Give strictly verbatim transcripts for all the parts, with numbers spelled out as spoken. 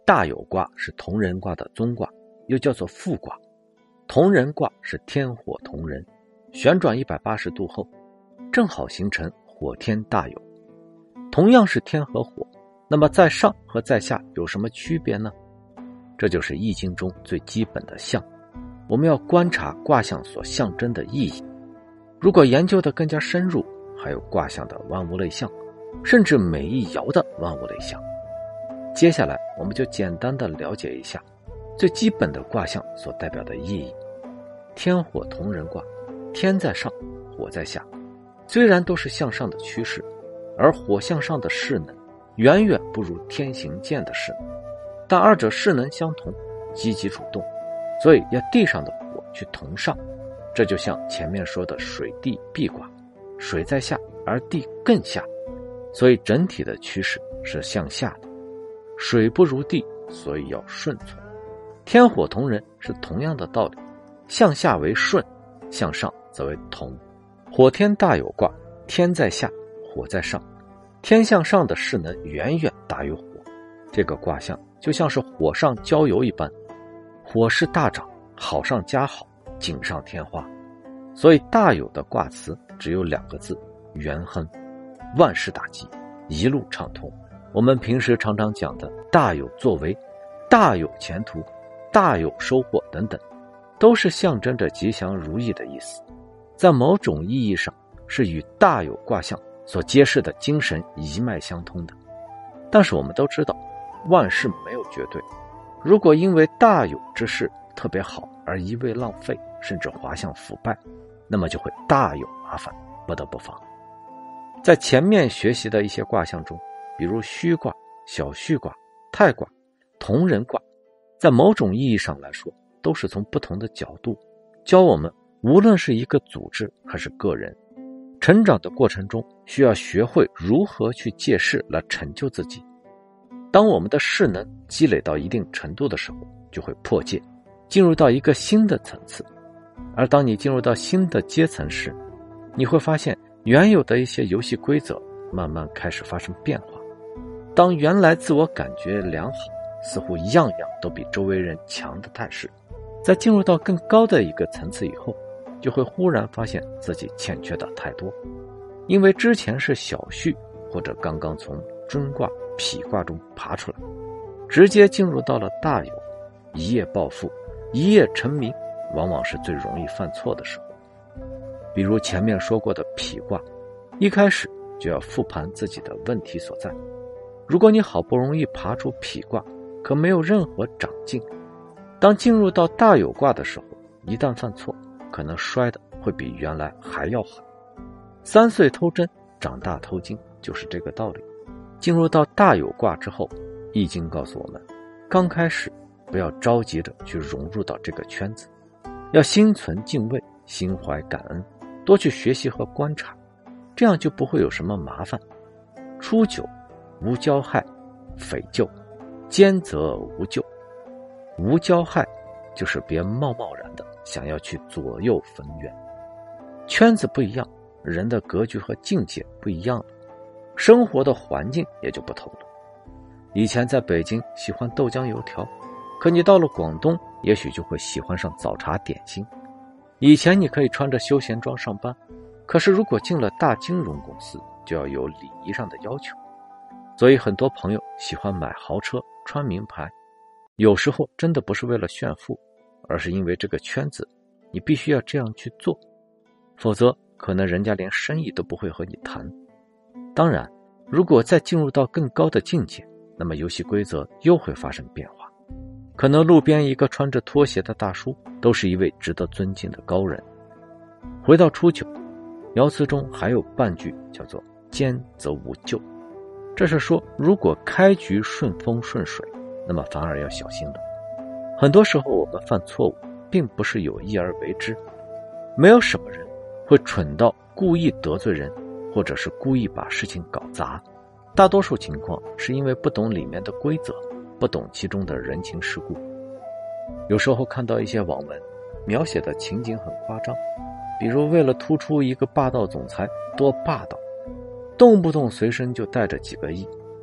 大有卦是同人卦的宗卦，又叫做复卦。同人卦是天火同人，旋转一百八十度后，正好形成火天大有。同样是天和火，那么在上和在下有什么区别呢？这就是易经中最基本的象，我们要观察卦象所象征的意义。如果研究得更加深入，还有卦象的万物类象，甚至每一爻的万物类象。接下来我们就简单的了解一下最基本的卦象所代表的意义。天火同人卦，天在上，火在下，虽然都是向上的趋势，而火向上的势能远远不如天行健的势能，但二者势能相同，积极主动，所以要地上的火去同上。这就像前面说的水地壁卦，水在下而地更下，所以整体的趋势是向下的。水不如地，所以要顺从。天火同人是同样的道理，向下为顺，向上则为同。火天大有卦，天在下，火在上，天向上的势能远远大于火，这个卦象就像是火上浇油一般，火势大涨，好上加好，锦上添花。所以大有的卦辞只有两个字，元亨，万事大吉，一路畅通。我们平时常常讲的大有作为，大有前途，大有收获等等，都是象征着吉祥如意的意思，在某种意义上是与大有卦象所揭示的精神一脉相通的。但是我们都知道，万事没有绝对，如果因为大有之事特别好而一味浪费，甚至滑向腐败，那么就会大有麻烦，不得不防。在前面学习的一些卦象中，比如虚卦、小序卦、太卦、同人卦，在某种意义上来说，都是从不同的角度教我们，无论是一个组织还是个人，成长的过程中需要学会如何去借势来成就自己。当我们的势能积累到一定程度的时候，就会破界，进入到一个新的层次。而当你进入到新的阶层时，你会发现原有的一些游戏规则慢慢开始发生变化。当原来自我感觉良好，似乎样样都比周围人强的态势，在进入到更高的一个层次以后，就会忽然发现自己欠缺的太多。因为之前是小序，或者刚刚从尊卦、否卦中爬出来，直接进入到了大有，一夜暴富，一夜成名，往往是最容易犯错的时候。比如前面说过的否卦，一开始就要复盘自己的问题所在。如果你好不容易爬出否卦，可没有任何长进，当进入到大有卦的时候，一旦犯错，可能摔的会比原来还要狠。三岁偷针，长大偷金，就是这个道理。进入到大有卦之后，易经告诉我们，刚开始不要着急着去融入到这个圈子，要心存敬畏，心怀感恩，多去学习和观察，这样就不会有什么麻烦。初九，无交害，匪咎，坚则无咎。无交害就是别贸贸然的想要去左右逢源。圈子不一样，人的格局和境界不一样了，生活的环境也就不同了。以前在北京喜欢豆浆油条，可你到了广东也许就会喜欢上早茶点心。以前你可以穿着休闲装上班，可是如果进了大金融公司，就要有礼仪上的要求。所以很多朋友喜欢买豪车，穿名牌，有时候真的不是为了炫富，而是因为这个圈子你必须要这样去做，否则可能人家连生意都不会和你谈。当然，如果再进入到更高的境界，那么游戏规则又会发生变化。可能路边一个穿着拖鞋的大叔都是一位值得尊敬的高人。回到初九，爻辞中还有半句叫做坚则无咎，这是说如果开局顺风顺水，那么反而要小心了。很多时候我们犯错误并不是有意而为之，没有什么人会蠢到故意得罪人，或者是故意把事情搞砸。大多数情况是因为不懂里面的规则，不懂其中的人情世故。有时候看到一些网文描写的情景很夸张，比如为了突出一个霸道总裁多霸道，动不动随身就带着几个亿，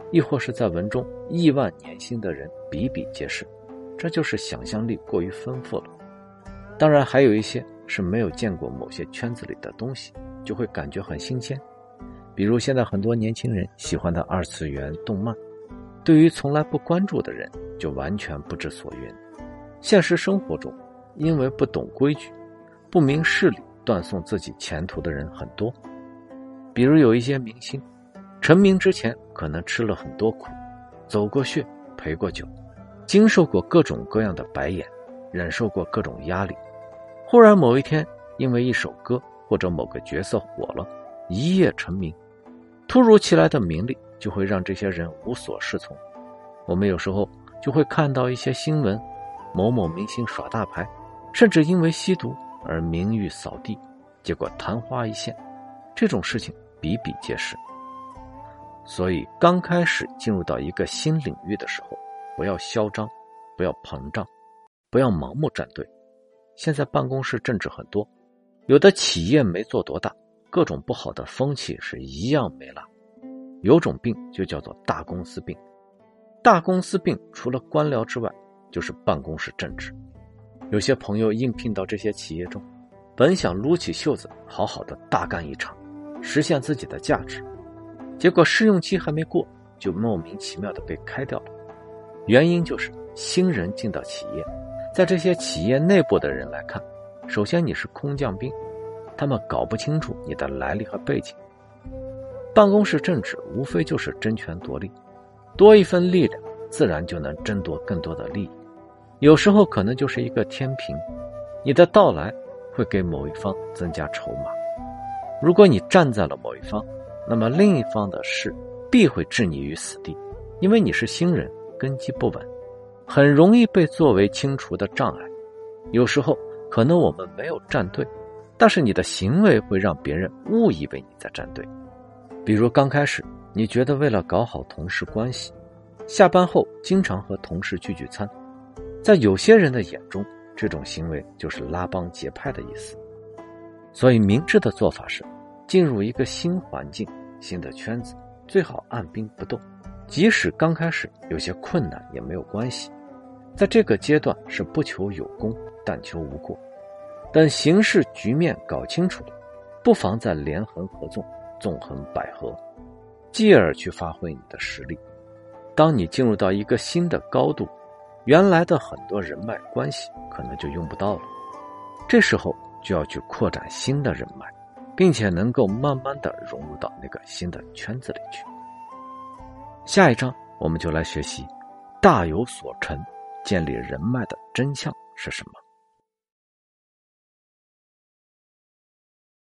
亦或是在文中亿万年薪的人比比皆是，这就是想象力过于丰富了。当然还有一些是没有见过某些圈子里的东西，就会感觉很新鲜。比如现在很多年轻人喜欢的二次元动漫，对于从来不关注的人就完全不知所云。现实生活中，因为不懂规矩，不明事理断送自己前途的人很多。比如有一些明星，成名之前可能吃了很多苦，走过血，赔过酒，经受过各种各样的白眼，忍受过各种压力。忽然某一天，因为一首歌或者某个角色火了，一夜成名，突如其来的名利就会让这些人无所适从。我们有时候就会看到一些新闻，某某明星耍大牌，甚至因为吸毒而名誉扫地，结果昙花一现，这种事情比比皆是。所以刚开始进入到一个新领域的时候，不要嚣张，不要膨胀，不要盲目站队。现在办公室政治很多，有的企业没做多大，各种不好的风气是一样没了。有种病就叫做大公司病，大公司病除了官僚之外，就是办公室政治。有些朋友应聘到这些企业中，本想撸起袖子好好的大干一场，实现自己的价值，结果试用期还没过，就莫名其妙的被开掉了。原因就是新人进到企业，在这些企业内部的人来看，首先你是空降兵，他们搞不清楚你的来历和背景。办公室政治无非就是争权夺利，多一份力量，自然就能争夺更多的利益。有时候可能就是一个天平，你的到来会给某一方增加筹码。如果你站在了某一方，那么另一方的事必会置你于死地，因为你是新人，根基不稳，很容易被作为清除的障碍。有时候可能我们没有站队，但是你的行为会让别人误以为你在站队。比如刚开始你觉得为了搞好同事关系，下班后经常和同事聚聚餐，在有些人的眼中，这种行为就是拉帮结派的意思。所以明智的做法是，进入一个新环境、新的圈子，最好按兵不动，即使刚开始有些困难也没有关系。在这个阶段是不求有功，但求无过。等形势局面搞清楚了，不妨再连横合纵，纵横捭阖，继而去发挥你的实力。当你进入到一个新的高度，原来的很多人脉关系可能就用不到了，这时候就要去扩展新的人脉，并且能够慢慢的融入到那个新的圈子里去。下一章我们就来学习大有所成，建立人脉的真相是什么。